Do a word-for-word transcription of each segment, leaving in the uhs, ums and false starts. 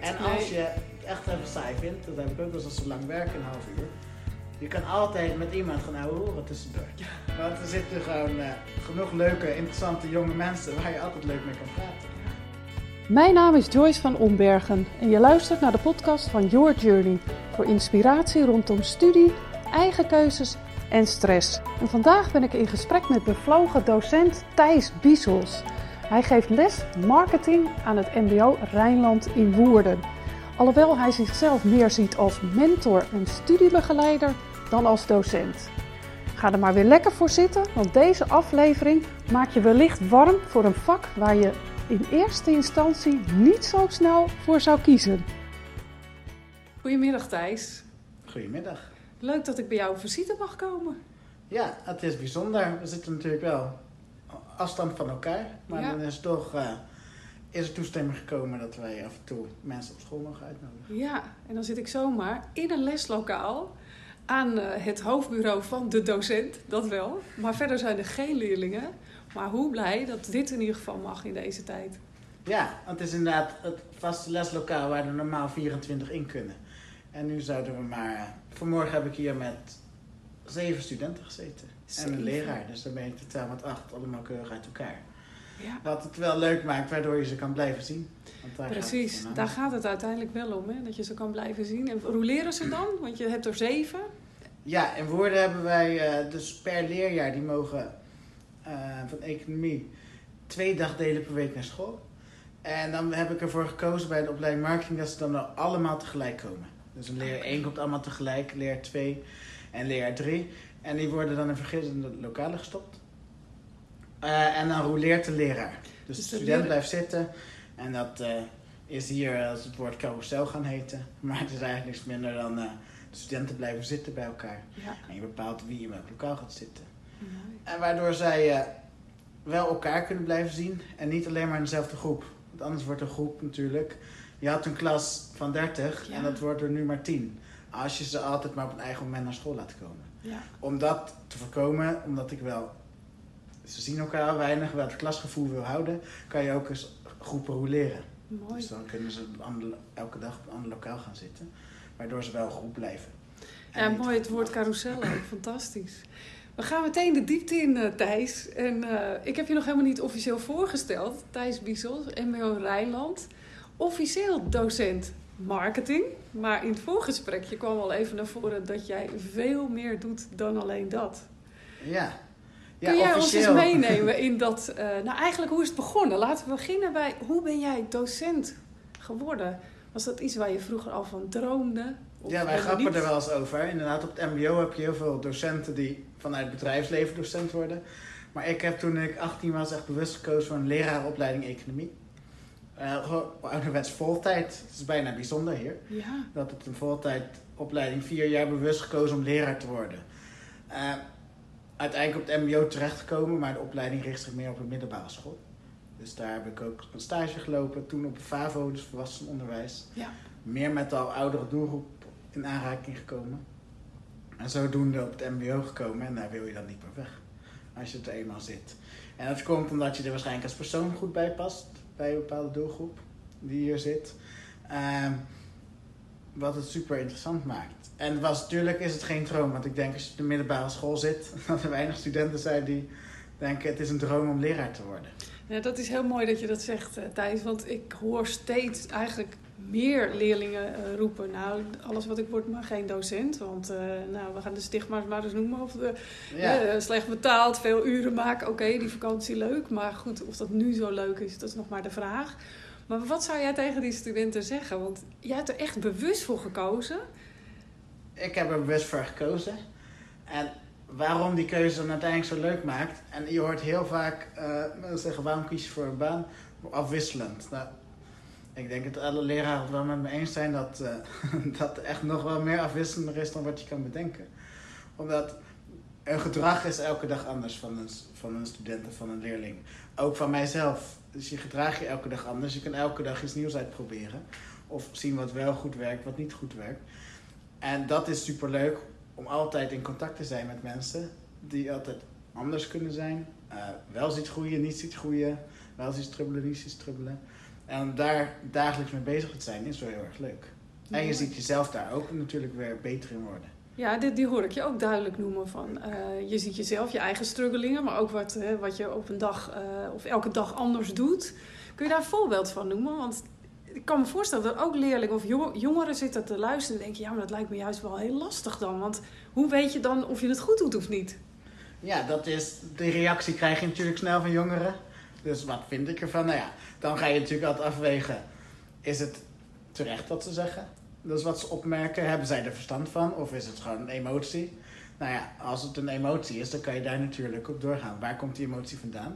En Nee. als je het echt even saai vindt, dat heb ik ook wel eens als ze lang werken, een half uur. Je kan altijd met iemand gaan ouwe horen tussendoor. Want er zitten gewoon uh, genoeg leuke, interessante jonge mensen waar je altijd leuk mee kan praten. Mijn naam is Joyce van Ombergen en je luistert naar de podcast van Your Journey voor inspiratie rondom studie, eigen keuzes en stress. En vandaag ben ik in gesprek met bevlogen docent Thijs Biesels. Hij geeft les marketing aan het M B O Rijnland in Woerden. Alhoewel hij zichzelf meer ziet als mentor en studiebegeleider dan als docent. Ga er maar weer lekker voor zitten, want deze aflevering maakt je wellicht warm voor een vak waar je in eerste instantie niet zo snel voor zou kiezen. Goedemiddag Thijs. Goedemiddag. Leuk dat ik bij jou op visite mag komen. Ja, het is bijzonder. We zitten natuurlijk wel afstand van elkaar. Maar Ja. dan is toch uh, is er toestemming gekomen dat wij af en toe mensen op school mogen uitnodigen. Ja, en dan zit ik zomaar in een leslokaal aan uh, het hoofdbureau van de docent, dat wel. Maar verder zijn er geen leerlingen. Maar hoe blij dat dit in ieder geval mag in deze tijd. Ja, want het is inderdaad het vaste leslokaal waar er normaal vierentwintig in kunnen. En nu zouden we maar... Uh, vanmorgen heb ik hier met zeven studenten gezeten. Zeven. En een leraar. Dus dan ben je totaal met acht allemaal keurig uit elkaar. Ja. Wat het wel leuk maakt, waardoor je ze kan blijven zien. Want daar Precies, gaat het daar gaat het uiteindelijk wel om, hè? Dat je ze kan blijven zien. En hoe leren ze dan? Want je hebt er zeven. Ja, in Woerden hebben wij uh, dus per leerjaar, die mogen uh, van economie twee dagdelen per week naar school. En dan heb ik ervoor gekozen bij de opleiding marketing dat ze dan nou allemaal tegelijk komen. Dus een leerjaar één komt allemaal tegelijk, leerjaar twee en leerjaar drie. En die worden dan in verschillende lokalen gestopt. Uh, en dan rouleert de leraar. Dus, dus de student leraar... blijft zitten. En dat uh, is hier als het woord carousel gaan heten. Maar het is eigenlijk niks minder dan uh, de studenten blijven zitten bij elkaar. Ja. En je bepaalt wie in welk lokaal gaat zitten. Mooi. En waardoor zij uh, wel elkaar kunnen blijven zien. En niet alleen maar in dezelfde groep. Want anders wordt een groep natuurlijk... Je had een klas van dertig ja. En dat wordt er nu maar tien. Als je ze altijd maar op een eigen moment naar school laat komen. Ja. Om dat te voorkomen, omdat ik wel... Ze zien elkaar weinig, wel het klasgevoel wil houden, kan je ook eens groepen rouleren. Mooi. Dus dan kunnen ze andere, elke dag op een ander lokaal gaan zitten, waardoor ze wel een groep blijven. En ja, mooi, het woord carousel ook, fantastisch. We gaan meteen de diepte in, uh, Thijs. En uh, ik heb je nog helemaal niet officieel voorgesteld. Thijs Biesels, M B O Rijnland. Officieel docent marketing. Maar in het voorgesprekje kwam al even naar voren dat jij veel meer doet dan alleen dat. Ja. Ja, kun jij officieel. ons eens meenemen in dat... Uh, nou, eigenlijk hoe is het begonnen? Laten we beginnen bij... Hoe ben jij docent geworden? Was dat iets waar je vroeger al van droomde? Of ja, wij grappen niet? Er wel eens over. Inderdaad, op het M B O heb je heel veel docenten die vanuit het bedrijfsleven docent worden. Maar ik heb toen ik achttien was echt bewust gekozen voor een leraaropleiding economie. Uh, ouderwets voltijd. Het is bijna bijzonder hier. Ja. Dat het een voltijdopleiding vier jaar bewust gekozen om leraar te worden. Uh, Uiteindelijk op het M B O terechtgekomen, maar de opleiding richt zich meer op een middelbare school. Dus daar heb ik ook een stage gelopen, toen op de FAVO, dus volwassenenonderwijs. Ja. Meer met de al oudere doelgroep in aanraking gekomen. En zodoende op het M B O gekomen en daar wil je dan niet meer weg, als je er eenmaal zit. En dat komt omdat je er waarschijnlijk als persoon goed bij past, bij een bepaalde doelgroep die hier zit. Uh, wat het super interessant maakt. En was, natuurlijk is het geen droom, want ik denk als je op de middelbare school zit, dat er weinig studenten zijn die denken het is een droom om leraar te worden. Ja, dat is heel mooi dat je dat zegt, uh, Thijs, want ik hoor steeds eigenlijk meer leerlingen uh, roepen, nou, alles wat ik word, maar geen docent, want uh, nou, we gaan de stigma's maar eens noemen, of de, ja. uh, slecht betaald, veel uren maken, oké, okay, die vakantie leuk, maar goed, of dat nu zo leuk is, dat is nog maar de vraag. Maar wat zou jij tegen die studenten zeggen? Want jij hebt er echt bewust voor gekozen. Ik heb er bewust voor gekozen. En waarom die keuze dan uiteindelijk zo leuk maakt. En je hoort heel vaak uh, mensen zeggen, waarom kies je voor een baan? Afwisselend. Nou, ik denk dat alle leraren het wel met me eens zijn dat, uh, dat er echt nog wel meer afwisselender is dan wat je kan bedenken. Omdat een gedrag is elke dag anders van een, van een student of van een leerling. Ook van mijzelf. Dus je gedraag je elke dag anders. Je kan elke dag iets nieuws uitproberen. Of zien wat wel goed werkt, wat niet goed werkt. En dat is superleuk om altijd in contact te zijn met mensen die altijd anders kunnen zijn. Uh, wel ziet groeien, niet ziet groeien. Wel ziet strubbelen, niet ziet strubbelen. En om daar dagelijks mee bezig te zijn is wel heel erg leuk. En je ziet jezelf daar ook natuurlijk weer beter in worden. Ja, dit, die hoor ik je ook duidelijk noemen. Van, uh, je ziet jezelf, je eigen struggelingen, maar ook wat, uh, wat je op een dag uh, of elke dag anders doet. Kun je daar een voorbeeld van noemen? Want ik kan me voorstellen dat er ook leerlingen of jongeren zitten te luisteren en denken, ja, maar dat lijkt me juist wel heel lastig dan. Want hoe weet je dan of je het goed doet of niet? Ja, dat is, de reactie krijg je natuurlijk snel van jongeren. Dus wat vind ik ervan? Nou ja, dan ga je natuurlijk altijd afwegen, is het terecht wat ze zeggen? Dat is wat ze opmerken. Hebben zij er verstand van? Of is het gewoon een emotie? Nou ja, als het een emotie is, dan kan je daar natuurlijk op doorgaan. Waar komt die emotie vandaan?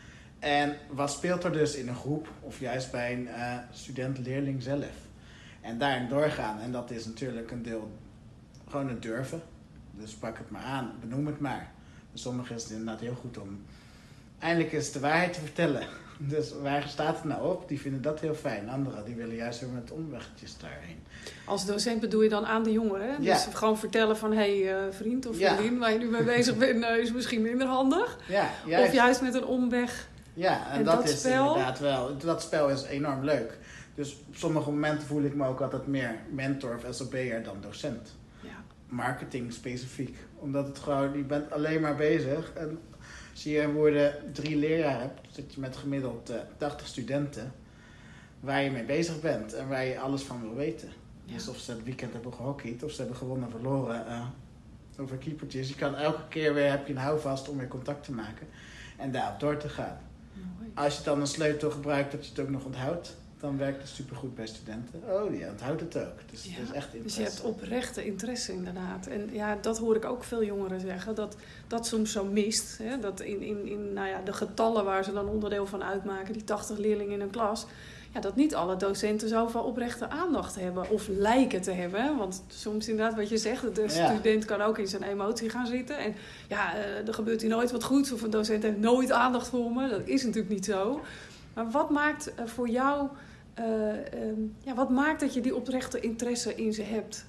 En wat speelt er dus in een groep? Of juist bij een uh, student-leerling zelf? En daarin doorgaan. En dat is natuurlijk een deel gewoon het durven. Dus pak het maar aan. Benoem het maar. Voor sommigen is het inderdaad heel goed om eindelijk eens de waarheid te vertellen. Dus waar staat het nou op? Die vinden dat heel fijn. Anderen die willen juist weer met omwegjes daarheen. Als docent bedoel je dan aan de jongeren? Hè? Ja. Dus gewoon vertellen van, hé hey, uh, vriend of vriendin, ja. waar je nu mee bezig bent, uh, is misschien minder handig. Ja, juist. Of juist met een omweg. Ja, en, en dat, dat is spel... inderdaad wel. Dat spel is enorm leuk. Dus op sommige momenten voel ik me ook altijd meer mentor of S O B'er dan docent. Ja. Marketing specifiek. Omdat het gewoon, je bent alleen maar bezig. En als je in Woerden drie leerjaar hebt, zit je met gemiddeld uh, tachtig studenten waar je mee bezig bent en waar je alles van wil weten. Ja. Dus of ze het weekend hebben gehockeyd, of ze hebben gewonnen of verloren uh, over keepertjes. Je kan elke keer weer, heb je een houvast om weer contact te maken en daarop door te gaan. Mooi. Als je dan een sleutel gebruikt dat je het ook nog onthoudt, dan werkt het supergoed bij studenten. Oh, die onthoudt het ook. Dus ja, het is echt interesse. Dus je hebt oprechte interesse inderdaad. En ja, dat hoor ik ook veel jongeren zeggen. Dat dat soms zo mist. Hè? Dat in, in, in nou ja, de getallen waar ze dan onderdeel van uitmaken, die tachtig leerlingen in een klas, ja, dat niet alle docenten zoveel oprechte aandacht hebben. Of lijken te hebben. Want soms inderdaad wat je zegt, de ja. student kan ook in zijn emotie gaan zitten. En ja, er gebeurt hier nooit wat goeds. Of een docent heeft nooit aandacht voor me. Dat is natuurlijk niet zo. Maar wat maakt voor jou... Uh, um, ja, wat maakt dat je die oprechte interesse in ze hebt?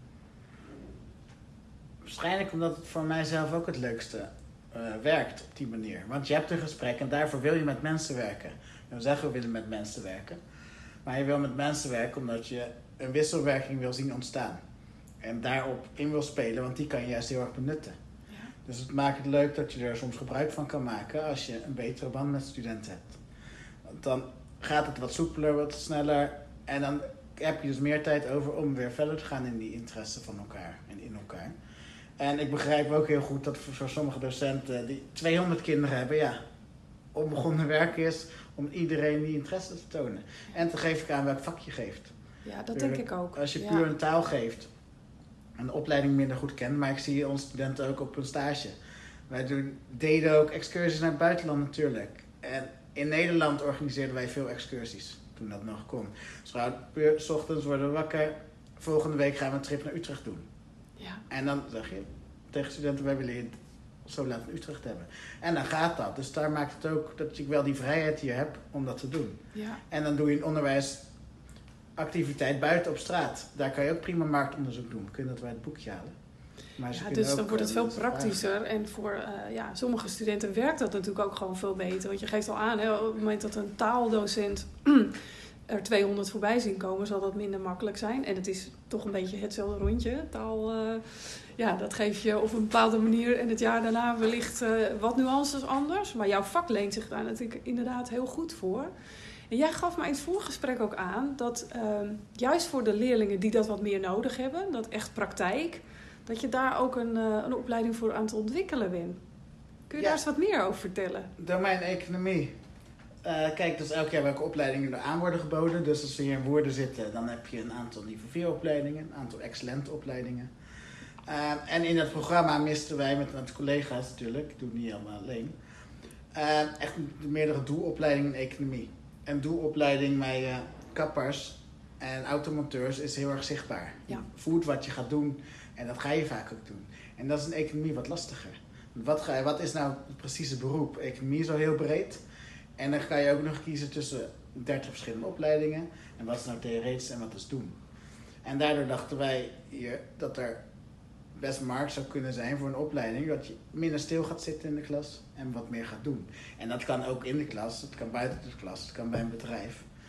Waarschijnlijk omdat het voor mijzelf ook het leukste uh, werkt op die manier. Want je hebt een gesprek en daarvoor wil je met mensen werken. Je wil zeggen, we willen met mensen werken. Maar je wil met mensen werken omdat je een wisselwerking wil zien ontstaan. En daarop in wil spelen, want die kan je juist heel erg benutten. Ja. Dus het maakt het leuk dat je er soms gebruik van kan maken als je een betere band met studenten hebt. Want dan gaat het wat soepeler, wat sneller. En dan heb je dus meer tijd over om weer verder te gaan in die interesse van elkaar en in elkaar. En ik begrijp ook heel goed dat voor sommige docenten die tweehonderd kinderen hebben, ja, onbegonnen werk is om iedereen die interesse te tonen. En te geven aan welk vak je geeft. Ja, dat denk ik ook. Als je ja. puur een taal geeft en de opleiding minder goed kent, maar ik zie onze studenten ook op een stage. Wij doen, deden ook excursies naar het buitenland natuurlijk. En in Nederland organiseerden wij veel excursies, toen dat nog kon. Dus gewoon puur 's ochtends worden we wakker, volgende week gaan we een trip naar Utrecht doen. Ja. En dan zeg je tegen studenten, wij willen je zo laat in Utrecht hebben. En dan gaat dat. Dus daar maakt het ook dat ik wel die vrijheid hier heb om dat te doen. Ja. En dan doe je een onderwijsactiviteit buiten op straat. Daar kan je ook prima marktonderzoek doen. Kun je dat bij het boekje halen. Maar ja, dus dan wordt het veel praktischer. En voor uh, ja, sommige studenten werkt dat natuurlijk ook gewoon veel beter. Want je geeft al aan, hè, op het moment dat een taaldocent er tweehonderd voorbij zien komen, zal dat minder makkelijk zijn. En het is toch een beetje hetzelfde rondje. Taal, uh, ja, dat geef je op een bepaalde manier. En het jaar daarna wellicht uh, wat nuances anders. Maar jouw vak leent zich daar natuurlijk inderdaad heel goed voor. En jij gaf me in het voorgesprek ook aan dat uh, juist voor de leerlingen die dat wat meer nodig hebben, dat echt praktijk, dat je daar ook een, uh, een opleiding voor aan het ontwikkelen bent. Kun je ja. daar eens wat meer over vertellen? Domein economie. Uh, kijk, dus elk jaar welke opleidingen er aan worden geboden. Dus als we hier in Woerden zitten, dan heb je een aantal niveau vier opleidingen, een aantal excellente opleidingen. Uh, en in dat programma misten wij met, met collega's natuurlijk, ik doe het niet helemaal alleen, uh, echt meerdere doelopleidingen in economie. En doelopleiding met uh, kappers en automonteurs is heel erg zichtbaar. Ja. Je voelt wat je gaat doen en dat ga je vaak ook doen. En dat is in economie wat lastiger. Wat, ga je, wat is nou het precieze beroep? Economie is al heel breed. En dan ga je ook nog kiezen tussen dertig verschillende opleidingen. En wat is nou theoretisch en wat is doen. En daardoor dachten wij hier dat er best markt zou kunnen zijn voor een opleiding. Dat je minder stil gaat zitten in de klas en wat meer gaat doen. En dat kan ook in de klas, het kan buiten de klas, het kan bij een bedrijf.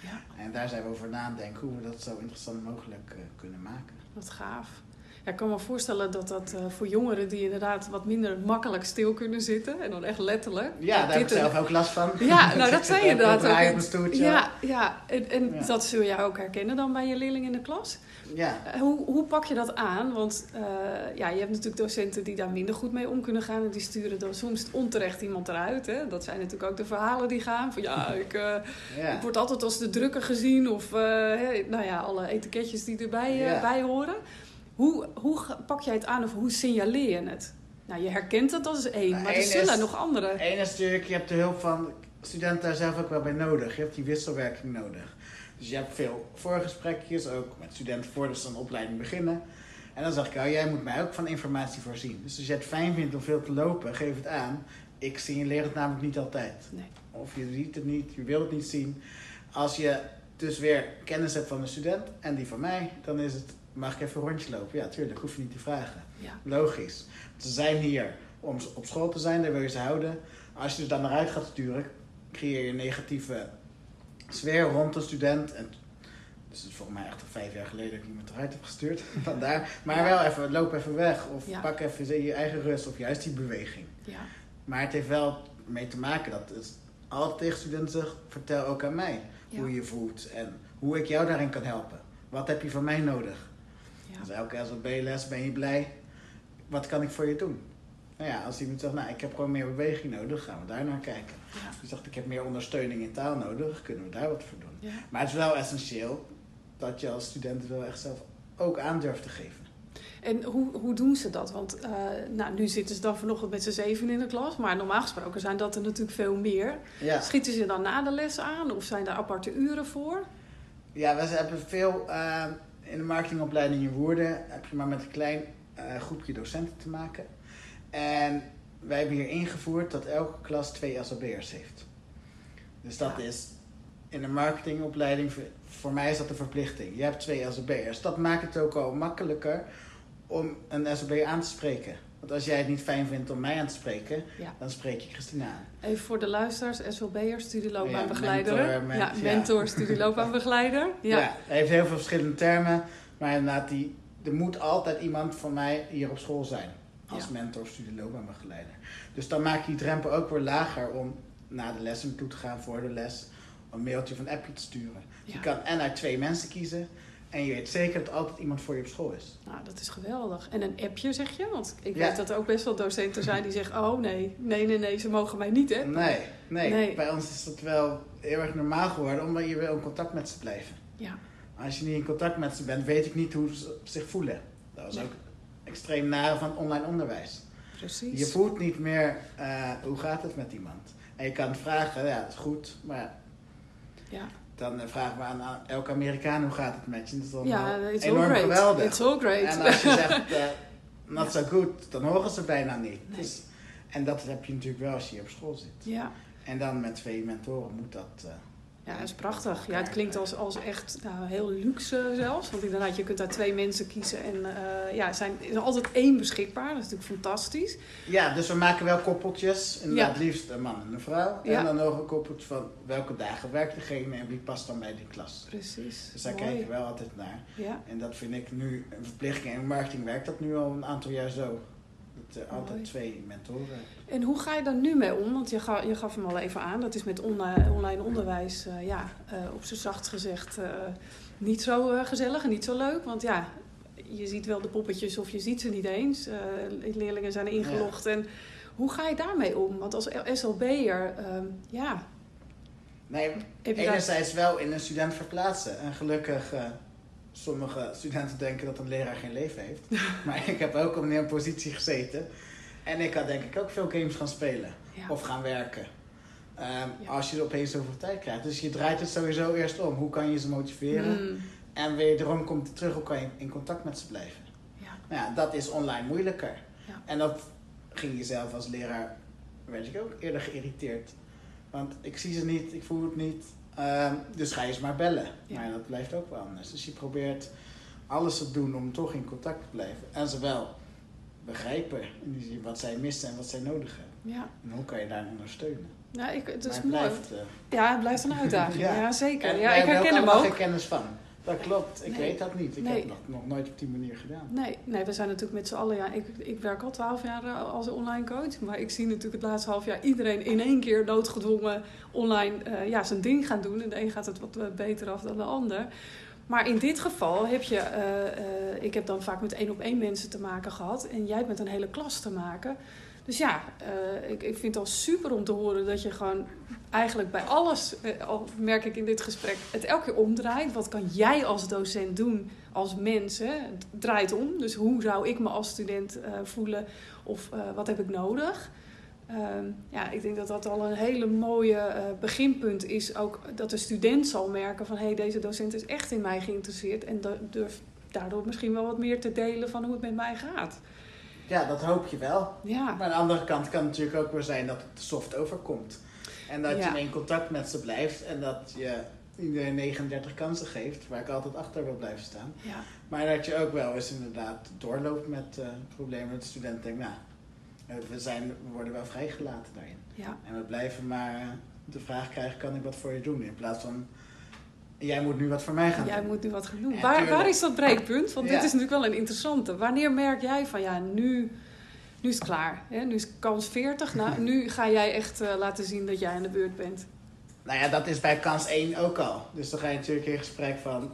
Ja. En daar zijn we over nadenken hoe we dat zo interessant mogelijk uh, kunnen maken. Wat gaaf. Ja, ik kan me voorstellen dat dat uh, voor jongeren die inderdaad wat minder makkelijk stil kunnen zitten. En dan echt letterlijk. Ja, daar heb ik zelf ook last van. Ja, nou dat zei je inderdaad ook. Ja, ja, en, en ja. dat zul jij ook herkennen dan bij je leerling in de klas. Ja. Uh, hoe, hoe pak je dat aan? Want uh, ja, je hebt natuurlijk docenten die daar minder goed mee om kunnen gaan. En die sturen dan soms onterecht iemand eruit. Hè? Dat zijn natuurlijk ook de verhalen die gaan. Van ja, ik, uh, ja. ik word altijd als de drukker gezien. Of uh, hey, nou ja, alle etiketjes die erbij uh, ja. bij horen. Hoe, hoe pak jij het aan of hoe signaleer je het? Nou, je herkent het, dat is één. Nou, maar er zullen is, nog andere. Eén is natuurlijk, je hebt de hulp van studenten daar zelf ook wel bij nodig. Je hebt die wisselwerking nodig. Dus je hebt veel voorgesprekjes, ook met studenten voordat ze een opleiding beginnen. En dan zeg ik, oh, jij moet mij ook van informatie voorzien. Dus als je het fijn vindt om veel te lopen, geef het aan. Ik signaleer het namelijk niet altijd. Nee. Of je ziet het niet, je wil het niet zien. Als je dus weer kennis hebt van een student en die van mij, dan is het, mag ik even een rondje lopen? Ja, tuurlijk, hoef je niet te vragen. Ja. Logisch. Ze zijn hier om op school te zijn, daar wil je ze houden. Als je dus dan naar uit gaat sturen, creëer je een negatieve sfeer rond een student. En dus het is volgens mij echt al vijf jaar geleden dat ik iemand eruit heb gestuurd. Vandaar. Maar ja. wel even, loop even weg. Of ja. pak even je eigen rust. Of juist die beweging. Ja. Maar het heeft wel mee te maken dat het altijd tegen studenten zegt, vertel ook aan mij ja. hoe je je voelt. En hoe ik jou daarin kan helpen. Wat heb je van mij nodig? Ja. Dus elke S L B-les ben je blij. Wat kan ik voor je doen? Nou ja, als iemand zegt, nou, ik heb gewoon meer beweging nodig, gaan we daar naar kijken. Ja. Dus dacht ik, heb meer ondersteuning in taal nodig, kunnen we daar wat voor doen. Ja. Maar het is wel essentieel dat je als student het wel echt zelf ook aan durft te geven. En hoe, hoe doen ze dat? Want uh, nou, nu zitten ze dan vanochtend met z'n zeven in de klas, maar normaal gesproken zijn dat er natuurlijk veel meer. Ja. Schieten ze dan na de les aan of zijn er aparte uren voor? Ja, we hebben veel uh, in de marketingopleiding in Woerden, heb je maar met een klein uh, groepje docenten te maken. En wij hebben hier ingevoerd dat elke klas twee S L B'ers heeft. Dus dat ja. is in de marketingopleiding, voor mij is dat een verplichting. Je hebt twee S L B'ers. Dat maakt het ook al makkelijker om een S L B aan te spreken. Want als jij het niet fijn vindt om mij aan te spreken, ja. dan spreek je Christina aan. Even voor de luisteraars, S L B'er, studieloopbaanbegeleider. Ja, mentor, ment, ja, mentor ja. studieloopbaanbegeleider. Ja. ja, hij heeft heel veel verschillende termen. Maar inderdaad, die, er moet altijd iemand van mij hier op school zijn. Als ja. mentor of studieloopbaanbegeleider. Dus dan maak je die drempel ook weer lager om na de les naartoe te gaan, voor de les, een mailtje of een appje te sturen. Ja. Je kan en uit twee mensen kiezen en je weet zeker dat altijd iemand voor je op school is. Nou, dat is geweldig. En een appje zeg je? Want ik ja. weet dat er ook best wel docenten zijn die zeggen, oh nee, nee, nee, nee, ze mogen mij niet appen. Nee, nee, nee. Bij ons is dat wel heel erg normaal geworden, omdat je wil in contact met ze blijven. Ja. Als je niet in contact met ze bent, weet ik niet hoe ze zich voelen. Dat was nee. ook extreem nare van online onderwijs. Precies. Je voelt niet meer, uh, hoe gaat het met iemand? En je kan vragen, ja, het is goed, maar ja. dan uh, vragen we aan, aan elke Amerikaan, hoe gaat het met je? Dat is dan ja, it's enorm all great. geweldig. It's all great. En als je zegt, uh, not so good, dan horen ze bijna niet. Nee. Dus, en dat heb je natuurlijk wel als je hier op school zit. Ja. En dan met twee mentoren moet dat... Uh, Ja, dat is prachtig. Ja, het klinkt als, als echt nou, heel luxe zelfs. Want inderdaad, je kunt daar twee mensen kiezen. En uh, ja, er zijn, er is altijd één beschikbaar. Dat is natuurlijk fantastisch. Ja, dus we maken wel koppeltjes. Inderdaad, ja. liefst een man en een vrouw. Ja. En dan nog een koppeltje van welke dagen werkt degene en wie past dan bij die klas. Precies. Dus daar Mooi. kijken we wel altijd naar. Ja. En dat vind ik nu een verplichting. En in marketing werkt dat nu al een aantal jaar zo. Dat er altijd Mooi. twee mentoren. En hoe ga je daar nu mee om? Want je, ga, je gaf hem al even aan. Dat is met online, online onderwijs, uh, ja, uh, op z'n zacht gezegd, uh, niet zo uh, gezellig en niet zo leuk. Want ja, je ziet wel de poppetjes of je ziet ze niet eens. Uh, leerlingen zijn ingelogd. Ja. En hoe ga je daarmee om? Want als S L B'er, uh, ja... Nee, enerzijds daar... wel in een student verplaatsen. En gelukkig... Uh, sommige studenten denken dat een leraar geen leven heeft. Maar ik heb ook op een positie gezeten. En ik had denk ik ook veel games gaan spelen. Ja. Of gaan werken. Um, ja. Als je opeens zoveel tijd krijgt. Dus je draait het sowieso eerst om. Hoe kan je ze motiveren? Mm. En wederom komt het terug. Hoe kan je in contact met ze blijven? Ja. Nou ja, dat is online moeilijker. Ja. En dat ging je zelf als leraar... werd ik ook eerder geïrriteerd. Want ik zie ze niet. Ik voel het niet. Um, dus ga je eens maar bellen. Ja. Maar dat blijft ook wel anders. Dus je probeert alles te doen om toch in contact te blijven. En ze wel begrijpen in die zin wat zij missen en wat zij nodig hebben. Ja. En hoe kan je daarin ondersteunen? Ja, ik, het is maar het mooi. blijft, uh... Ja, het blijft een uitdaging. ja. ja, zeker. En ja, ik herken hem ook. geen kennis van. Dat klopt. Ik nee. weet dat niet. Ik nee. heb het nog, nog nooit op die manier gedaan. Nee, nee, we zijn natuurlijk met z'n allen... Ja, ik, ik werk al twaalf jaar als online coach. Maar ik zie natuurlijk het laatste half jaar iedereen in één keer noodgedwongen online uh, ja, zijn ding gaan doen. En de een gaat het wat beter af dan de ander. Maar in dit geval heb je... Uh, uh, ik heb dan vaak met één op één mensen te maken gehad. En jij hebt met een hele klas te maken. Dus ja, uh, ik, ik vind het al super om te horen dat je gewoon eigenlijk bij alles, uh, al merk ik in dit gesprek, het elke keer omdraait. Wat kan jij als docent doen, als mens? Hè? Het draait om. Dus hoe zou ik me als student uh, voelen of uh, wat heb ik nodig? Uh, ja, ik denk dat dat al een hele mooie uh, beginpunt is. Ook dat de student zal merken van hé, hey, deze docent is echt in mij geïnteresseerd. En durft daardoor misschien wel wat meer te delen van hoe het met mij gaat. Ja, dat hoop je wel. Ja. Maar aan de andere kant kan het natuurlijk ook weer zijn dat het soft overkomt. En dat ja. je in contact met ze blijft en dat je iedereen negenendertig kansen geeft, waar ik altijd achter wil blijven staan. Ja. Maar dat je ook wel eens inderdaad doorloopt met uh, problemen. Dat de student denkt, nou, we, zijn, we worden wel vrijgelaten daarin. Ja. En we blijven maar uh, de vraag krijgen, kan ik wat voor je doen? In plaats van, jij moet nu wat voor mij gaan jij doen. moet nu wat gaan doen. Waar, waar is dat breekpunt? Want ja. dit is natuurlijk wel een interessante. Wanneer merk jij van, ja, nu, nu is het klaar. Hè? Nu is kans veertig. Nou, nu ga jij echt uh, laten zien dat jij aan de beurt bent. Nou ja, dat is bij kans één ook al. Dus dan ga je natuurlijk in gesprek van,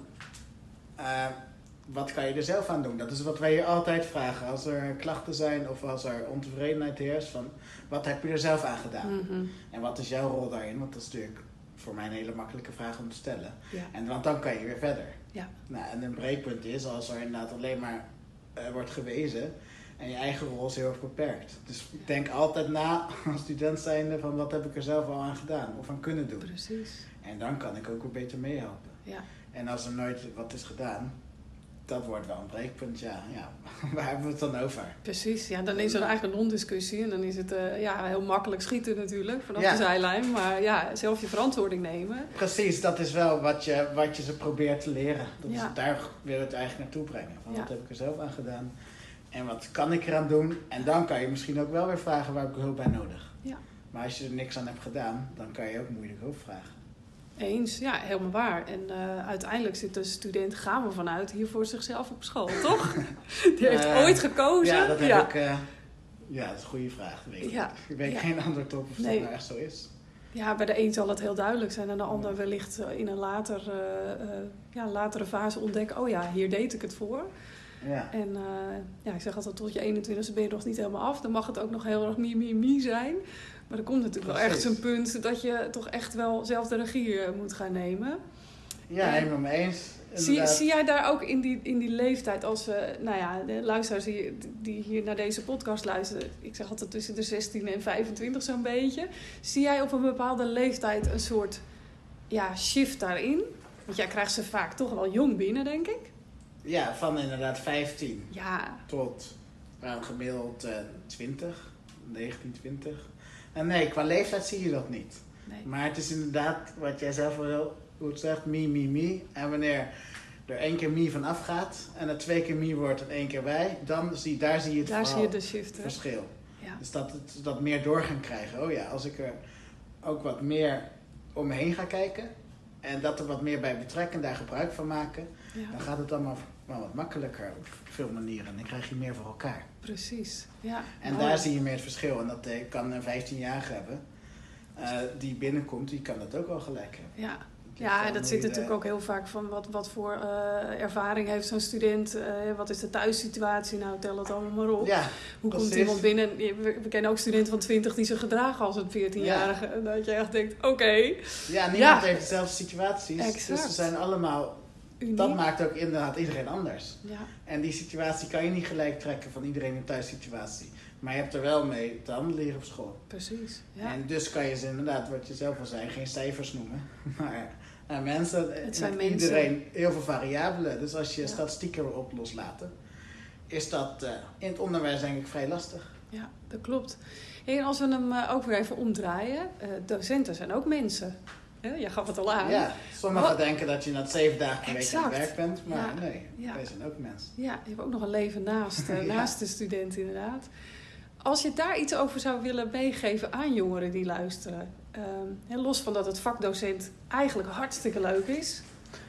uh, wat kan je er zelf aan doen? Dat is wat wij je altijd vragen. Als er klachten zijn of als er ontevredenheid heerst, van wat heb je er zelf aan gedaan? Mm-hmm. En wat is jouw rol daarin? Want dat is natuurlijk voor mij een hele makkelijke vraag om te stellen. Ja. En, want dan kan je weer verder. Ja. Nou, en een breekpunt is als er inderdaad alleen maar uh, wordt gewezen en je eigen rol is heel erg beperkt. Dus ik denk altijd na als student zijnde van wat heb ik er zelf al aan gedaan of aan kunnen doen. Precies. En dan kan ik ook weer beter meehelpen. Ja. En als er nooit wat is gedaan, dat wordt wel een breekpunt, ja. ja. Waar hebben we het dan over? Precies, ja, dan is er eigenlijk een non-discussie en dan is het uh, ja, heel makkelijk schieten natuurlijk vanaf ja. de zijlijn, maar ja, zelf je verantwoording nemen. Precies, dat is wel wat je, wat je ze probeert te leren. Dat ja. is, daar wil je het eigenlijk naartoe brengen. Van, ja. Wat heb ik er zelf aan gedaan en wat kan ik eraan doen? En dan kan je misschien ook wel weer vragen waar heb ik hulp bij nodig. Ja. Maar als je er niks aan hebt gedaan, dan kan je ook moeilijk hulp vragen. Eens, ja, helemaal waar. En uh, uiteindelijk zit de student, gaan we vanuit, hier voor zichzelf op school, toch? Die heeft uh, ooit gekozen. Ja, dat heb ja. ik... Uh, ja, dat is een goede vraag. Weet ik ja. ik weet ja. geen antwoord op of nee. dat nou echt zo is. Ja, bij de een zal het heel duidelijk zijn en de ander wellicht in een later, uh, uh, ja, latere fase ontdekken, oh ja, hier deed ik het voor. Ja. En uh, ja, ik zeg altijd, tot je eenentwintigste ben je nog niet helemaal af. Dan mag het ook nog heel erg mie, mie, mie zijn. Maar er komt natuurlijk Precies. wel echt zo'n punt dat je toch echt wel zelf de regie moet gaan nemen. Ja, en, helemaal mee eens. Zie, zie jij daar ook in die, in die leeftijd, als we, nou ja, de luisteraars die, die hier naar deze podcast luisteren, ik zeg altijd tussen de zestien en vijfentwintig zo'n beetje. Zie jij op een bepaalde leeftijd een soort ja, shift daarin? Want jij krijgt ze vaak toch wel jong binnen, denk ik. Ja, van inderdaad vijftien ja. tot nou, gemiddeld uh, twintig, negentien, twintig. En nee, qua leeftijd zie je dat niet. Nee. Maar het is inderdaad, wat jij zelf wel goed zegt, me, me, me. En wanneer er één keer me van afgaat en er twee keer me wordt en één keer wij, dan zie, daar zie je het daar zie je de shift, verschil. Ja. Dus dat het dat meer door gaan krijgen. Oh ja, als ik er ook wat meer om me heen ga kijken en dat er wat meer bij betrekken en daar gebruik van maken, ja. dan gaat het allemaal wel wat makkelijker op veel manieren. En dan krijg je meer voor elkaar. Precies, ja. En oh. daar zie je meer het verschil. En dat uh, kan een vijftienjarige hebben uh, die binnenkomt, die kan dat ook wel gelijk hebben. Ja. Ja, en dat zit natuurlijk de... ook heel vaak van wat, wat voor uh, ervaring heeft zo'n student. Uh, wat is de thuissituatie? Nou, tel het allemaal maar op. Ja, Hoe komt iemand binnen? We, we kennen ook studenten van twintig die zich gedragen als een veertienjarige. Ja. En dat je echt denkt, oké. Okay. Ja, niemand ja. heeft dezelfde situaties. Exact. Dus ze zijn allemaal... Uniek. Dat maakt ook inderdaad iedereen anders. Ja. En die situatie kan je niet gelijk trekken van iedereen in thuissituatie. Maar je hebt er wel mee te handen leren op school. Precies, ja. En dus kan je ze inderdaad, wat je zelf al zei, geen cijfers noemen. Maar nou, mensen, het zijn met mensen. Iedereen heel veel variabelen. Dus als je ja. statistieken erop loslaten, is dat uh, in het onderwijs denk ik vrij lastig. Ja, dat klopt. En als we hem uh, ook weer even omdraaien, uh, docenten zijn ook mensen. Ja, jij gaf het al aan. Ja, sommigen oh. denken dat je na zeven dagen per week aan het werk bent, maar ja. nee, ja. wij zijn ook mensen. Ja, je hebt ook nog een leven naast, uh, ja. naast de student inderdaad. Als je daar iets over zou willen meegeven aan jongeren die luisteren. Uh, los van dat het vakdocent eigenlijk hartstikke leuk is.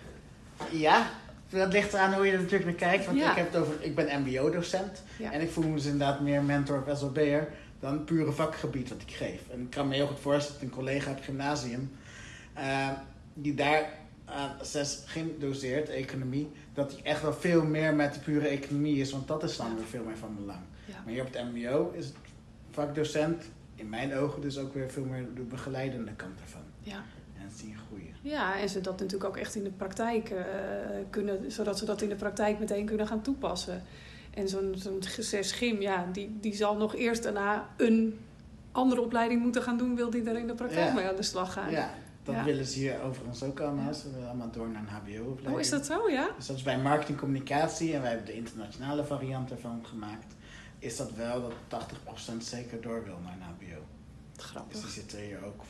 Ja, dat ligt eraan hoe je er natuurlijk naar kijkt. Want ja. ik, heb het over, ik ben mbo-docent. Ja. En ik voel me dus inderdaad meer mentor of S L B'er dan puur vakgebied wat ik geef. En ik kan me heel goed voorstellen dat een collega op het gymnasium... Uh, die daar uh, zes gym doseert, economie... dat hij echt wel veel meer met de pure economie is. Want dat is dan ja. weer veel meer van belang. Ja. Maar hier op het mbo is het vakdocent... in mijn ogen dus ook weer veel meer de begeleidende kant ervan. Ja. En het zien groeien. Ja, en ze dat natuurlijk ook echt in de praktijk uh, kunnen... zodat ze dat in de praktijk meteen kunnen gaan toepassen. En zo'n, zo'n zes gym, ja, die, die zal nog eerst daarna een andere opleiding moeten gaan doen... wil die daar in de praktijk ja. mee aan de slag gaan. Ja. Dat ja. willen ze hier overigens ook allemaal. Ze willen allemaal door naar een H B O-opleiding. Oh, is dat zo, ja? Dus dat is bij marketingcommunicatie, en wij hebben de internationale variant ervan gemaakt, is dat wel dat tachtig procent zeker door wil naar een H B O. Grappig. Dus die zitten hier ook.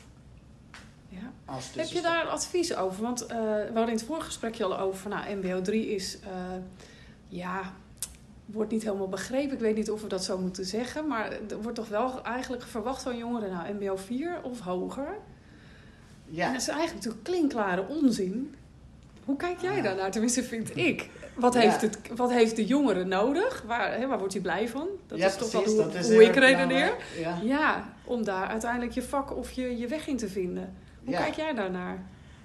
Ja. Als Heb je daar advies over? Want uh, we hadden in het vorige gesprekje al over, van, nou, M B O drie is, uh, ja, wordt niet helemaal begrepen. Ik weet niet of we dat zo moeten zeggen, maar er wordt toch wel eigenlijk verwacht van jongeren, nou, M B O vier of hoger. Ja. En dat is eigenlijk natuurlijk klinkklare onzin. Hoe kijk jij ah. daarnaar? Tenminste, vind ik. Wat, ja. heeft het, wat heeft de jongere nodig? Waar, hè, waar wordt hij blij van? Dat ja, is toch precies, wel hoe, is hoe ik redeneer. Ja. ja, om daar uiteindelijk je vak of je, je weg in te vinden. Hoe ja. kijk jij daarnaar?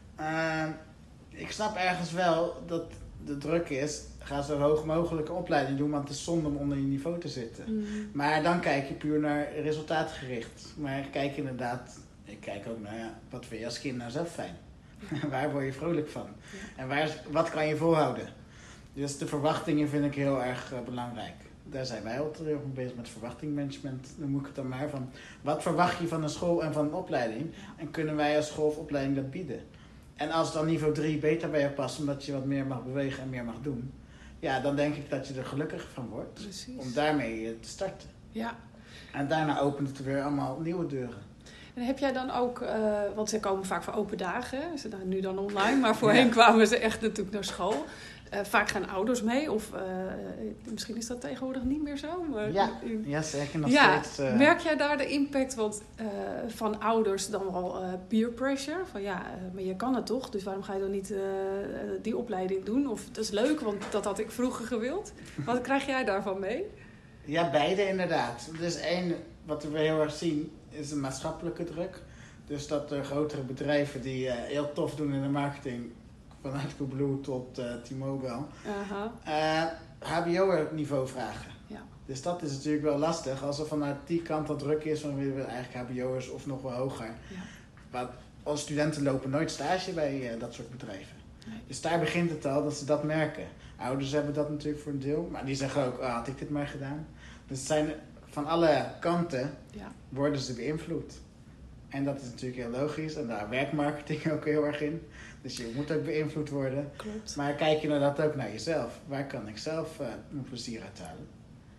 Uh, ik snap ergens wel dat de druk is... ga zo hoog mogelijke opleiding doen... want het is zonde om onder je niveau te zitten. Mm. Maar dan kijk je puur naar resultaatgericht. Maar kijk inderdaad... Ik kijk ook naar, ja, wat vind je als kind nou zelf fijn? Waar word je vrolijk van? Ja. En waar, wat kan je volhouden? Dus de verwachtingen vind ik heel erg uh, belangrijk. Daar zijn wij altijd heel erg mee bezig met verwachtingmanagement. Dan moet ik het dan maar van... Wat verwacht je van een school en van een opleiding? Ja. En kunnen wij als school of opleiding dat bieden? En als dan niveau drie beter bij je past... omdat je wat meer mag bewegen en meer mag doen... Ja, dan denk ik dat je er gelukkiger van wordt. Precies. Om daarmee te starten. Ja. En daarna opent het weer allemaal nieuwe deuren. En heb jij dan ook, uh, want ze komen vaak voor open dagen, ze nu dan online, maar voorheen ja. kwamen ze echt natuurlijk naar school. Uh, vaak gaan ouders mee, of uh, misschien is dat tegenwoordig niet meer zo. Maar, ja, uh, ja, zeker nog ja, steeds. Uh... Merk jij daar de impact want, uh, van ouders dan wel uh, peer pressure? Van ja, uh, maar je kan het toch, dus waarom ga je dan niet uh, die opleiding doen? Of dat is leuk, want dat had ik vroeger gewild. Wat krijg jij daarvan mee? Ja, beide inderdaad. Dus één, wat we heel erg zien, is de maatschappelijke druk. Dus dat de grotere bedrijven die uh, heel tof doen in de marketing, vanuit Coolblue tot uh, T-Mobile, uh-huh. uh, H B O-niveau vragen. Ja. Dus dat is natuurlijk wel lastig. Als er vanuit die kant dat druk is, dan willen we eigenlijk H B O'ers of nog wel hoger. Ja. Maar onze studenten lopen nooit stage bij uh, dat soort bedrijven. Nee. Dus daar begint het al, dat ze dat merken. Ouders hebben dat natuurlijk voor een deel, maar die zeggen ook, oh, had ik dit maar gedaan. Dus het zijn van alle kanten ja. worden ze beïnvloed. En dat is natuurlijk heel logisch. En daar werkt marketing ook heel erg in. Dus je moet ook beïnvloed worden. Klopt. Maar kijk je inderdaad ook naar jezelf. Waar kan ik zelf uh, mijn plezier uit halen?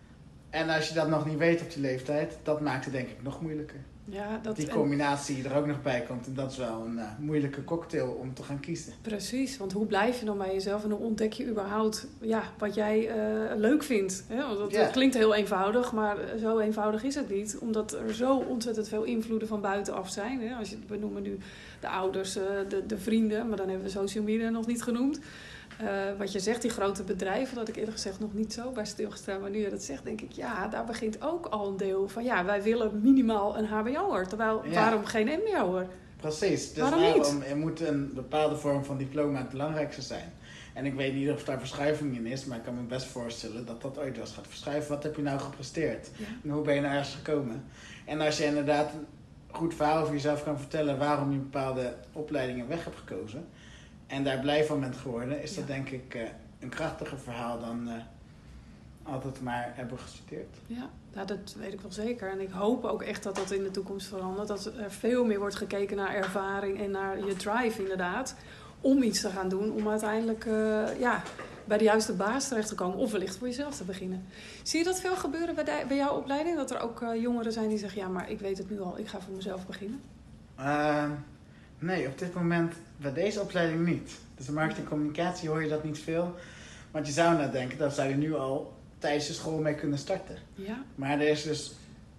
En als je dat nog niet weet op die leeftijd, dat maakt het denk ik nog moeilijker. Ja, dat, die combinatie en... er ook nog bij komt. En dat is wel een uh, moeilijke cocktail om te gaan kiezen. Precies, want hoe blijf je dan bij jezelf en hoe ontdek je überhaupt ja, wat jij uh, leuk vindt? Hè? Want dat, ja. dat klinkt heel eenvoudig, maar zo eenvoudig is het niet. Omdat er zo ontzettend veel invloeden van buitenaf zijn. Hè? Als je, we noemen nu de ouders, uh, de, de vrienden, maar dan hebben we social media nog niet genoemd. Uh, wat je zegt, die grote bedrijven, dat ik eerlijk gezegd nog niet zo bij stilgestaan. Maar nu je dat zegt, denk ik, ja, daar begint ook al een deel van. Ja, wij willen minimaal een H B O'er. Terwijl, ja. waarom geen M B O'er? Precies. Dus waarom waarom, niet? Er moet een bepaalde vorm van diploma het belangrijkste zijn. En ik weet niet of daar verschuiving in is, maar ik kan me best voorstellen dat dat ooit wel eens gaat verschuiven. Wat heb je nou gepresteerd? Ja. En hoe ben je naar ergens gekomen? En als je inderdaad een goed verhaal over jezelf kan vertellen waarom je bepaalde opleidingen weg hebt gekozen en daar blij van bent geworden, is ja. dat denk ik uh, een krachtiger verhaal dan uh, altijd maar hebben gestudeerd. Ja, nou, dat weet ik wel zeker. En ik hoop ook echt dat dat in de toekomst verandert. Dat er veel meer wordt gekeken naar ervaring en naar je drive inderdaad. Om iets te gaan doen, om uiteindelijk uh, ja, bij de juiste baas terecht te komen. Of wellicht voor jezelf te beginnen. Zie je dat veel gebeuren bij, de, bij jouw opleiding? Dat er ook uh, jongeren zijn die zeggen, ja, maar ik weet het nu al. Ik ga voor mezelf beginnen. Uh, nee, op dit moment bij deze opleiding niet. Dus de marketing en communicatie hoor je dat niet veel. Want je zou nou denken, dat zou je nu al tijdens de school mee kunnen starten. Ja. Maar er is dus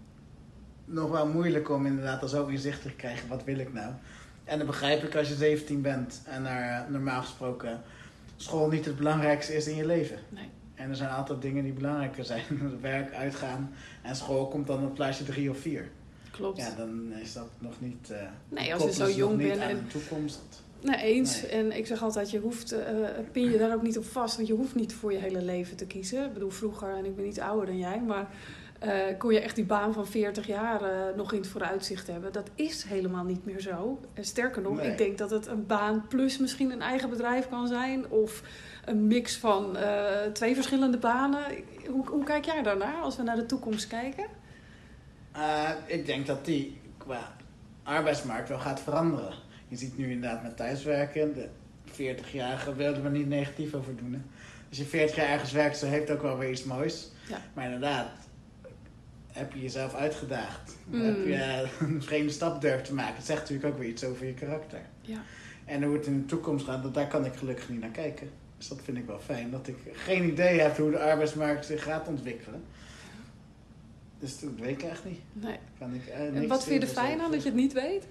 nog wel moeilijk om inderdaad al zo inzichtelijk te krijgen, wat wil ik nou? En dan begrijp ik als je zeventien bent en er normaal gesproken school niet het belangrijkste is in je leven. Nee. En er zijn altijd dingen die belangrijker zijn. Werk, uitgaan en school komt dan op plaatsje drie of vier. Klopt. Ja, dan is dat nog niet... Uh, nee, als je zo jong bent aan en... de toekomst. Nee, eens. Nee. En ik zeg altijd, je hoeft, uh, pin je daar ook niet op vast. Want je hoeft niet voor je hele leven te kiezen. Ik bedoel, vroeger, en ik ben niet ouder dan jij, maar uh, kon je echt die baan van veertig jaar uh, nog in het vooruitzicht hebben. Dat is helemaal niet meer zo. En sterker nog, nee. Ik denk dat het een baan plus misschien een eigen bedrijf kan zijn. Of een mix van uh, twee verschillende banen. Hoe, hoe kijk jij daarnaar als we naar de toekomst kijken? Uh, ik denk dat die qua arbeidsmarkt wel gaat veranderen. Je ziet nu inderdaad met thuiswerken, de veertigjarigen wilden we niet negatief over doen. Hè? Als je veertig jaar ergens werkt, zo heeft ook wel weer iets moois. Ja. Maar inderdaad, heb je jezelf uitgedaagd. Mm. Heb je een vreemde stap durven te maken. Het zegt natuurlijk ook weer iets over je karakter. Ja. En hoe het in de toekomst gaat, daar kan ik gelukkig niet naar kijken. Dus dat vind ik wel fijn, dat ik geen idee heb hoe de arbeidsmarkt zich gaat ontwikkelen. Dus dat weet ik echt niet. Nee. Kan ik, uh, en wat vind je er fijn aan dat je het niet weet?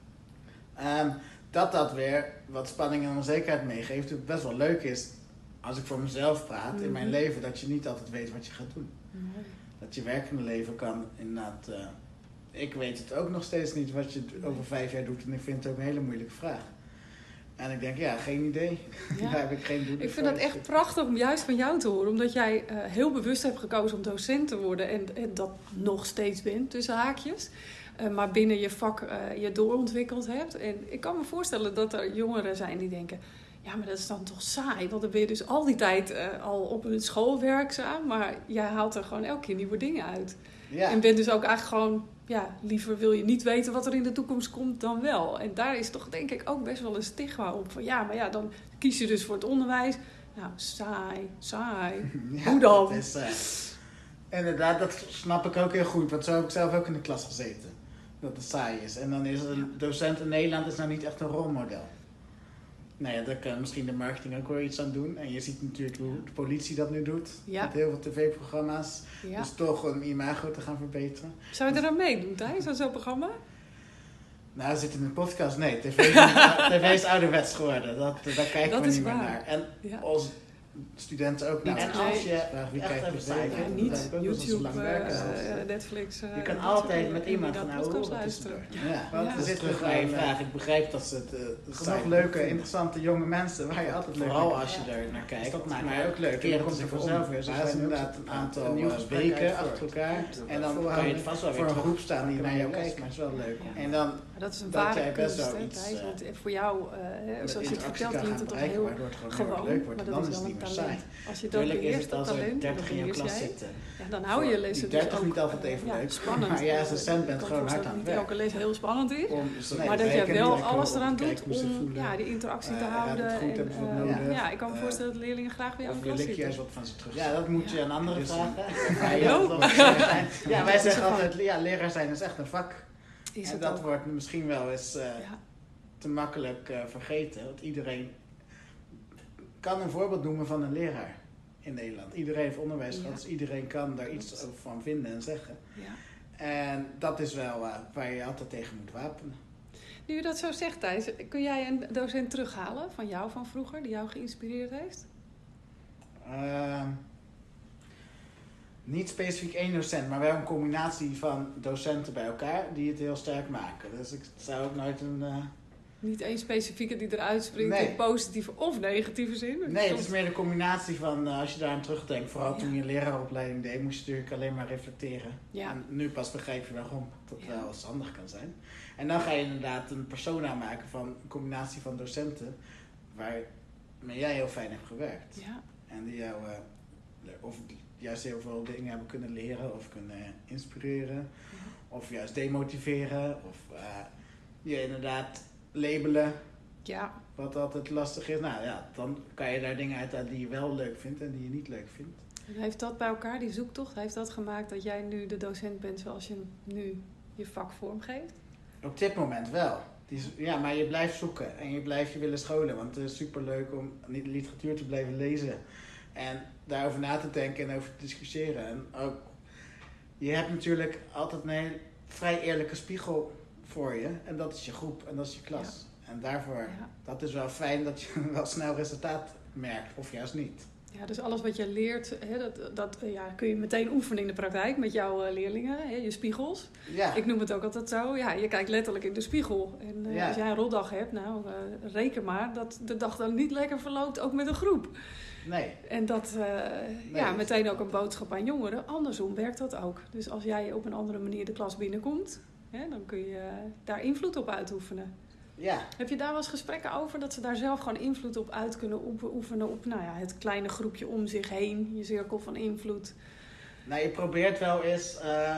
Um, dat dat weer wat spanning en onzekerheid meegeeft. Het best wel leuk is, als ik voor mezelf praat, mm-hmm. in mijn leven, dat je niet altijd weet wat je gaat doen. Mm-hmm. Dat je werkende leven kan inderdaad... Uh, ik weet het ook nog steeds niet wat je over vijf jaar doet. En ik vind het ook een hele moeilijke vraag. En ik denk, ja, geen idee. Ja. Daar heb ik geen doel. Ik vind het echt prachtig om juist van jou te horen. Omdat jij uh, heel bewust hebt gekozen om docent te worden. En, en dat nog steeds bent, tussen haakjes. Uh, maar binnen je vak uh, je doorontwikkeld hebt. En ik kan me voorstellen dat er jongeren zijn die denken... ja, maar dat is dan toch saai. Want dan ben je dus al die tijd uh, al op een school werkzaam. Maar jij haalt er gewoon elke keer nieuwe dingen uit. Ja. En bent dus ook eigenlijk gewoon... ja, liever wil je niet weten wat er in de toekomst komt dan wel. En daar is toch denk ik ook best wel een stigma op. Van ja, maar ja, dan kies je dus voor het onderwijs. Nou, saai, saai. Ja, hoe dan? Dat is, uh, inderdaad, dat snap ik ook heel goed. Want zo heb ik zelf ook in de klas gezeten. Dat het saai is. En dan is het een docent in Nederland is nou niet echt een rolmodel. Nou ja, daar kan misschien de marketing ook wel iets aan doen. En je ziet natuurlijk hoe de politie dat nu doet. Ja. Met heel veel tv-programma's. Ja. Dus toch een imago te gaan verbeteren. Zou je er aan meedoen, Thijs, aan zo'n programma? Nou, dat zit in een podcast. Nee, tv is, tv is ouderwets geworden. Dat, daar kijken dat we niet waar. meer naar. En ja. als studenten ook naar. En als je vraagt wie kijkt er ja, ja, niet YouTube, uh, Netflix. Uh, je kan altijd met iemand van oude podcast luisteren. Ja, ja. Want ja. er zit terug bij je vraag. Ik begrijp dat ze het uh, genoeg leuke, interessante jonge mensen waar je altijd leuk vooral als je er naar kijkt. Dat maakt mij ook leuk. En dan komt er vanzelf weer. Ze zijn inderdaad een aantal weken achter elkaar. En dan kan je het vast wel weer voor een groep staan die naar jou kijkt. Maar het is wel leuk. En dan dat is een ware kunst, hè, want voor jou, zoals je het vertelt, klinkt het toch heel gewoon, maar dat is wel een talent. Als je dat beheerst, dat talent, dan beheers jij. Ja, dan hou je lessen dus ook niet altijd even ja, leuk. Spannend. Maar ja, als docent bent gewoon hard aan het niet werk. elke les heel spannend is. Om, nee, maar dat jij wel alles eraan doet om ja, die interactie te uh, houden. Ja, goed, en, uh, ja, ik kan me voorstellen dat leerlingen graag bij jou in klas zitten. Wil ik juist wat van ze terug? Ja, dat moet je aan anderen dus, vragen. Ja, wij zeggen altijd, ja, leraar zijn is echt een vak. En dat wordt misschien wel eens te makkelijk vergeten. Want iedereen kan een voorbeeld noemen van een leraar in Nederland. Iedereen heeft onderwijs gehad, ja. Dus iedereen kan daar iets Klopt. van vinden en zeggen. Ja. En dat is wel uh, waar je altijd tegen moet wapenen. Nu je dat zo zegt, Thijs, kun jij een docent terughalen van jou van vroeger, die jou geïnspireerd heeft? Uh, niet specifiek één docent, maar wel een combinatie van docenten bij elkaar die het heel sterk maken. Dus ik zou ook nooit een... Uh, Niet één specifieke die eruit springt nee. in positieve of negatieve zin? Nee, het is meer de combinatie van, uh, als je daar aan terugdenkt, vooral ja. toen je een leraaropleiding deed, moest je natuurlijk alleen maar reflecteren. Ja. En nu pas begrijp je waarom dat ja. wel eens handig kan zijn. En dan ga je inderdaad een persona maken van een combinatie van docenten, waarmee jij heel fijn hebt gewerkt. Ja. En die jou, uh, of juist heel veel dingen hebben kunnen leren of kunnen inspireren, ja. of juist demotiveren, of uh, je inderdaad... labelen, ja. wat altijd lastig is. Nou ja, dan kan je daar dingen uit die je wel leuk vindt en die je niet leuk vindt. En heeft dat bij elkaar, die zoektocht, heeft dat gemaakt dat jij nu de docent bent zoals je nu je vak vormgeeft? Op dit moment wel. Die, ja, maar je blijft zoeken en je blijft je willen scholen. Want het is superleuk om literatuur te blijven lezen. En daarover na te denken en over te discussiëren. En ook, je hebt natuurlijk altijd een heel vrij eerlijke spiegel voor je. En dat is je groep en dat is je klas. Ja. En daarvoor, ja. dat is wel fijn dat je wel snel resultaat merkt. Of juist niet. Ja, dus alles wat je leert, hè, dat, dat ja, kun je meteen oefenen in de praktijk met jouw uh, leerlingen, hè, je spiegels. Ja. Ik noem het ook altijd zo, ja, je kijkt letterlijk in de spiegel. En uh, ja. als jij een rotdag hebt, nou, uh, reken maar dat de dag dan niet lekker verloopt, ook met een groep. Nee. En dat, uh, nee, ja, meteen ook een boodschap aan jongeren. Andersom werkt dat ook. Dus als jij op een andere manier de klas binnenkomt, hè, dan kun je uh, daar invloed op uitoefenen. Ja. Heb je daar wel eens gesprekken over dat ze daar zelf gewoon invloed op uit kunnen oefenen op nou ja, het kleine groepje om zich heen, je cirkel van invloed? Nou, je probeert wel eens uh,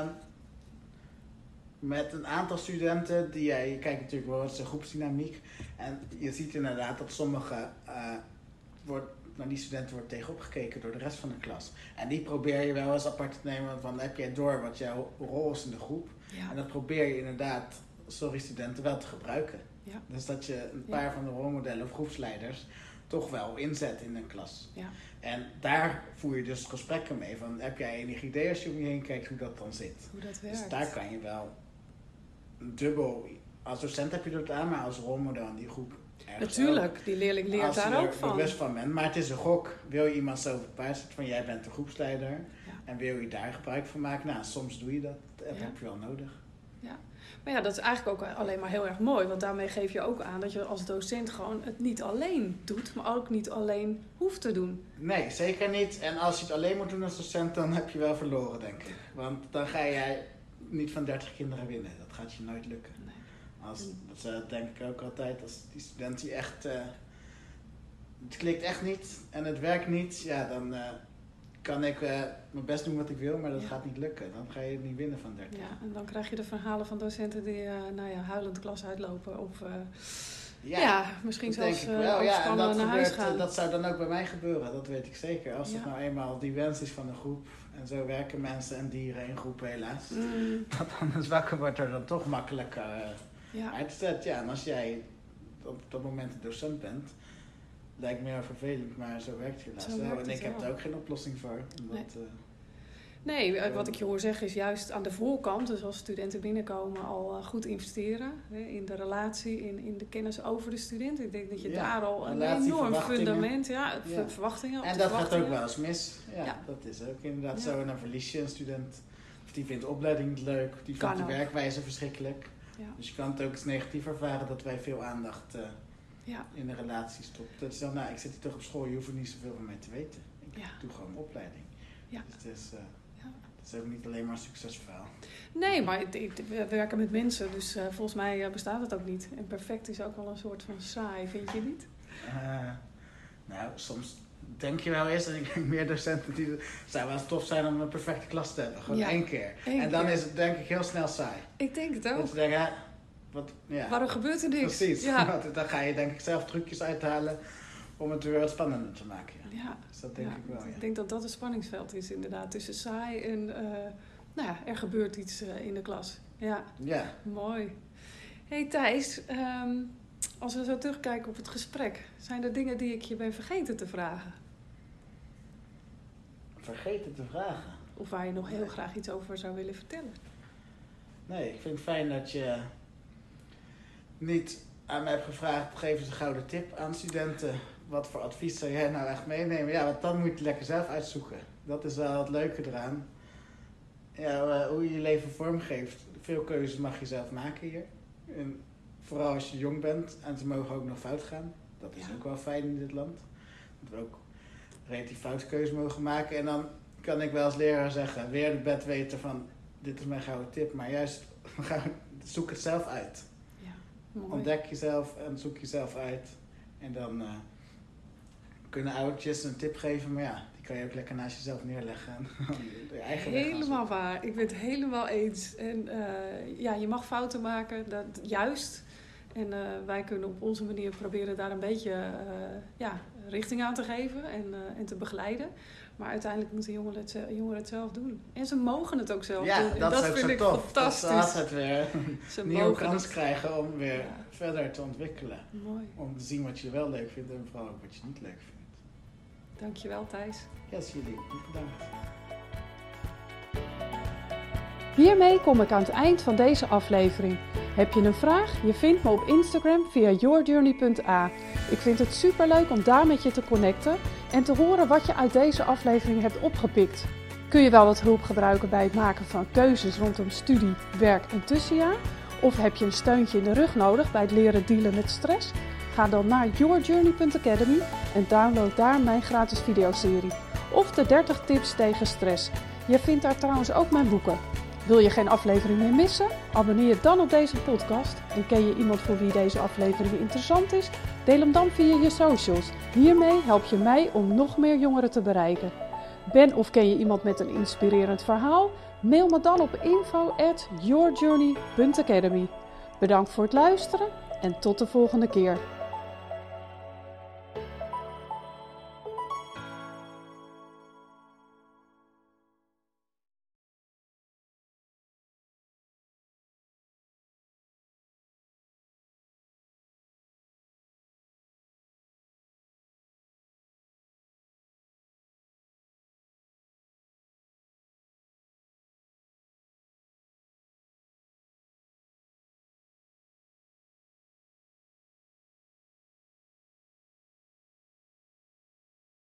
met een aantal studenten die jij, je kijkt natuurlijk wel eens de groepsdynamiek en je ziet inderdaad dat sommige, uh, wordt, naar die studenten wordt tegenop gekeken door de rest van de klas. En die probeer je wel eens apart te nemen, want dan heb jij door wat jouw rol is in de groep. Ja. En dat probeer je inderdaad, sorry studenten, wel te gebruiken. Ja. Dus dat je een paar ja. van de rolmodellen of groepsleiders toch wel inzet in een klas. Ja. En daar voer je dus gesprekken mee. Van, heb jij enig idee als je om je heen kijkt hoe dat dan zit? Hoe dat werkt. Dus daar kan je wel dubbel... Als docent heb je dat aan, maar als rolmodel in die groep natuurlijk, ook. Die leerling leert daar ook van. Als je er bewust van bent. Maar het is een gok. Wil je iemand zo verplaatsen van jij bent de groepsleider. Ja. En wil je daar gebruik van maken? Nou, soms doe je dat. Dat ja. heb je wel nodig. Ja. Maar ja, dat is eigenlijk ook alleen maar heel erg mooi. Want daarmee geef je ook aan dat je als docent gewoon het niet alleen doet. Maar ook niet alleen hoeft te doen. Nee, zeker niet. En als je het alleen moet doen als docent, dan heb je wel verloren, denk ik. Want dan ga jij niet van dertig kinderen winnen. Dat gaat je nooit lukken. Nee. Als, dat uh, denk ik ook altijd. Als die student die echt... Uh, het klikt echt niet en het werkt niet. Ja, dan... Uh, kan ik uh, mijn best doen wat ik wil, maar dat ja. gaat niet lukken. Dan ga je het niet winnen van dertig. Ja, en dan krijg je de verhalen van docenten die uh, nou ja, huilend de klas uitlopen. Of uh, ja, ja, misschien zelfs uh, ja, en dat naar gebeurt, huis gaan. Dat zou dan ook bij mij gebeuren, dat weet ik zeker. Als ja. het nou eenmaal die wens is van een groep. En zo werken mensen en dieren in groepen helaas. Mm. Dat anders wakker wordt er dan toch makkelijker uh, ja. uitzet. Ja, en als jij op dat moment een docent bent... Lijkt me heel vervelend, maar zo werkt het helaas wel. En ik heb er ook geen oplossing voor. Omdat, nee, uh, nee wat ik je hoor zeggen is juist aan de voorkant, dus als studenten binnenkomen, al uh, goed investeren. Hè, in de relatie, in, in de kennis over de student. Ik denk dat je ja, daar al een enorm fundament, ja, ja. verwachtingen. En dat gaat ook wel eens mis. Ja, ja. Dat is ook inderdaad ja. zo. En dan verlies je een student. Of die vindt de opleiding niet leuk, of die vindt de werkwijze verschrikkelijk. Ja. Dus je kan het ook eens negatief ervaren dat wij veel aandacht... Uh, Ja. in de relatie stopt. Dat is dan, nou, ik zit hier toch op school, je hoeft er niet zoveel van mij te weten. Ik ja. doe gewoon mijn opleiding. Ja. Dus het is, uh, ja. het is ook niet alleen maar een succesverhaal. Nee, maar ik, ik, we werken met mensen, dus uh, volgens mij uh, bestaat het ook niet. En perfect is ook wel een soort van saai, vind je niet? Uh, nou, soms denk je wel eens, en ik denk meer docenten die het zou wel tof zijn om een perfecte klas te hebben. Gewoon ja. één keer. Eén en dan keer. Is het denk ik heel snel saai. Ik denk het ook. Dat je denkt, ja, Wat, ja. Waarom gebeurt er niks? Precies. Ja. Dan ga je denk ik zelf trucjes uithalen om het weer wat spannender te maken. Ja. Ja. Dus dat denk ja. ik wel. Ja. Ik denk dat dat een spanningsveld is inderdaad. Tussen saai en uh, nou ja, er gebeurt iets uh, in de klas. Ja. ja. Mooi. Hey Thijs, um, als we zo terugkijken op het gesprek. Zijn er dingen die ik je ben vergeten te vragen? Vergeten te vragen? Of waar je nog heel nee. graag iets over zou willen vertellen? Nee, ik vind het fijn dat je... niet aan mij hebt gevraagd, geef eens een gouden tip aan studenten. Wat voor advies zou jij nou echt meenemen? Ja, want dan moet je het lekker zelf uitzoeken. Dat is wel het leuke eraan. Ja, hoe je je leven vormgeeft. Veel keuzes mag je zelf maken hier. En vooral als je jong bent. En ze mogen ook nog fout gaan. Dat is ja. ook wel fijn in dit land. Dat we ook relatief foute keuzes mogen maken. En dan kan ik wel als leraar zeggen, weer de bedweter van, dit is mijn gouden tip. Maar juist, zoek het zelf uit. Mooi. Ontdek jezelf en zoek jezelf uit. En dan uh, kunnen oudertjes een tip geven, maar ja, die kan je ook lekker naast jezelf neerleggen. En je eigen helemaal waar, ik ben het helemaal eens. En uh, ja, je mag fouten maken, dat, juist. En uh, wij kunnen op onze manier proberen daar een beetje uh, ja, richting aan te geven en, uh, en te begeleiden. Maar uiteindelijk moeten jongeren het, jongeren het zelf doen. En ze mogen het ook zelf ja, doen. En dat, dat is ook vind zo ik tof. fantastisch. Dat ze altijd weer een nieuwe kans het. krijgen om weer ja. verder te ontwikkelen. Mooi. Om te zien wat je wel leuk vindt en vooral ook wat je niet leuk vindt. Dankjewel Thijs. Ja, yes, jullie. Bedankt. Hiermee kom ik aan het eind van deze aflevering. Heb je een vraag? Je vindt me op Instagram via yourjourney punt a. Ik vind het superleuk om daar met je te connecten en te horen wat je uit deze aflevering hebt opgepikt. Kun je wel wat hulp gebruiken bij het maken van keuzes rondom studie, werk en tussenjaar? Of heb je een steuntje in de rug nodig bij het leren dealen met stress? Ga dan naar yourjourney punt academy en download daar mijn gratis videoserie. Of de dertig tips tegen stress. Je vindt daar trouwens ook mijn boeken. Wil je geen aflevering meer missen? Abonneer je dan op deze podcast. En ken je iemand voor wie deze aflevering interessant is? Deel hem dan via je socials. Hiermee help je mij om nog meer jongeren te bereiken. Ben of ken je iemand met een inspirerend verhaal? Mail me dan op info at yourjourney punt academy. Bedankt voor het luisteren en tot de volgende keer.